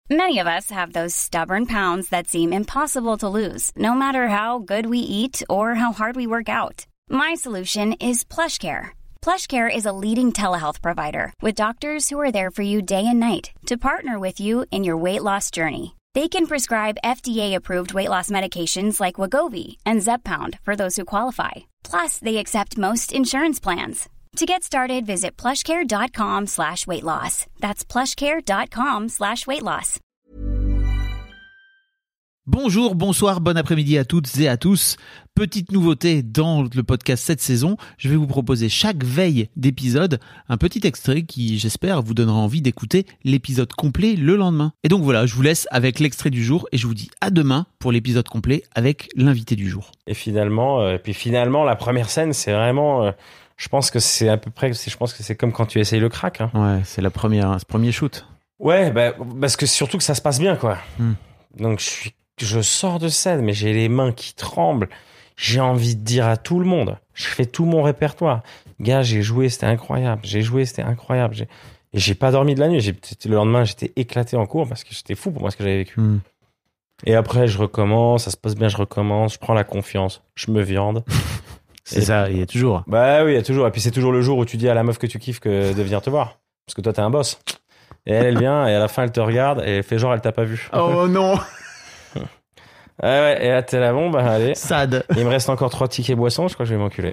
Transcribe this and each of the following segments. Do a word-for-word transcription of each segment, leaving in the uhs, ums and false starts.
Many of us have those stubborn pounds that seem impossible to lose, no matter how good we eat or how hard we work out. My solution is PlushCare. PlushCare is a leading telehealth provider with doctors who are there for you day and night to partner with you in your weight loss journey. They can prescribe F D A-approved weight loss medications like Wegovy and Zepbound for those who qualify. Plus, they accept most insurance plans. To get started, visit plushcare.com slash weight loss. That's plushcare.com slash weight loss. Bonjour, bonsoir, bon après-midi à toutes et à tous. Petite nouveauté dans le podcast cette saison, je vais vous proposer chaque veille d'épisode un petit extrait qui, j'espère, vous donnera envie d'écouter l'épisode complet le lendemain. Et donc voilà, je vous laisse avec l'extrait du jour et je vous dis à demain pour l'épisode complet avec l'invité du jour. Et finalement, euh, et puis finalement, la première scène, c'est vraiment... Euh, je pense que c'est à peu près... C'est, je pense que c'est comme quand tu essayes le crack. Hein. Ouais, c'est la première, c'est le premier shoot. Ouais, bah, parce que surtout que ça se passe bien, quoi. Hmm. Donc je suis... Je sors de scène, mais j'ai les mains qui tremblent. J'ai envie de dire à tout le monde. Je fais tout mon répertoire. Gars, j'ai joué, c'était incroyable. J'ai joué, c'était incroyable. J'ai... Et j'ai pas dormi de la nuit. J'ai... Le lendemain, j'étais éclaté en cours parce que c'était fou pour moi ce que j'avais vécu. Mm. Et après, je recommence. Ça se passe bien, je recommence. Je prends la confiance. Je me viande. C'est et... ça, il y a toujours. Bah oui, il y a toujours. Et puis c'est toujours le jour où tu dis à la meuf que tu kiffes que de venir te voir. Parce que toi, t'es un boss. Et elle, elle vient et à la fin, elle te regarde et elle fait genre, elle t'a pas vu. Oh non! Ouais, ouais, et là, t'es là, bon, bah, allez. Sad. Il me reste encore trois tickets boissons, je crois que je vais m'enculer.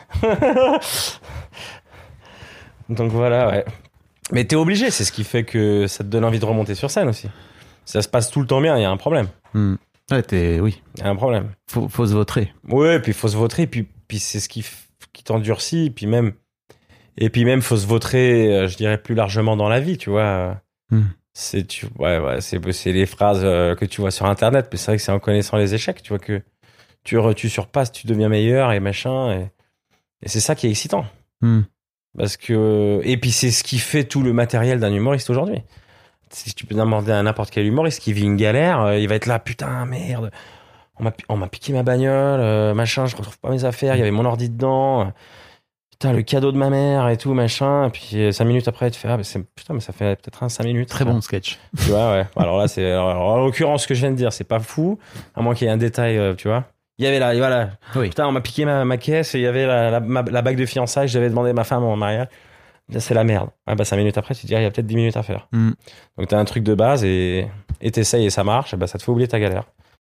Donc voilà, ouais. Mais t'es obligé, c'est ce qui fait que ça te donne envie de remonter sur scène aussi. Si ça se passe tout le temps bien, il y a un problème. Mm. Ouais, t'es, oui. Il y a un problème. Faut, faut se vautrer. Ouais, puis faut se vautrer, puis, puis c'est ce qui, qui t'endurcit, puis même, et puis même, faut se vautrer, je dirais, plus largement dans la vie, tu vois. Mm. C'est, tu, ouais, ouais, c'est, c'est les phrases euh, que tu vois sur Internet, mais c'est vrai que c'est en connaissant les échecs, tu vois, que tu, tu surpasses, tu deviens meilleur et machin, et, et c'est ça qui est excitant. Mm. Parce que, et puis c'est ce qui fait tout le matériel d'un humoriste aujourd'hui. Si tu peux demander à n'importe quel humoriste qui vit une galère, euh, il va être là, putain, merde, on m'a, on m'a piqué ma bagnole, euh, machin, je retrouve pas mes affaires, il y avait mon ordi dedans. Euh, Putain, le cadeau de ma mère et tout, machin. Et puis, cinq minutes après, tu fais, ah, bah, c'est, putain, mais ça fait peut-être un cinq minutes. Très ça. Bon sketch. Tu vois, ouais. Alors là, c'est, alors, en l'occurrence, ce que je viens de dire, c'est pas fou. À moins qu'il y ait un détail, euh, tu vois. Il y avait là, voilà. Oui. Putain, on m'a piqué ma, ma caisse et il y avait la, la, ma, la bague de fiançailles, j'avais demandé à ma femme en mariage. Là, c'est la merde. Ah, bah, cinq minutes après, tu te dis, ah, il y a peut-être dix minutes à faire. Mm. Donc, t'as un truc de base et, et t'essayes et ça marche, et bah, ça te fait oublier ta galère.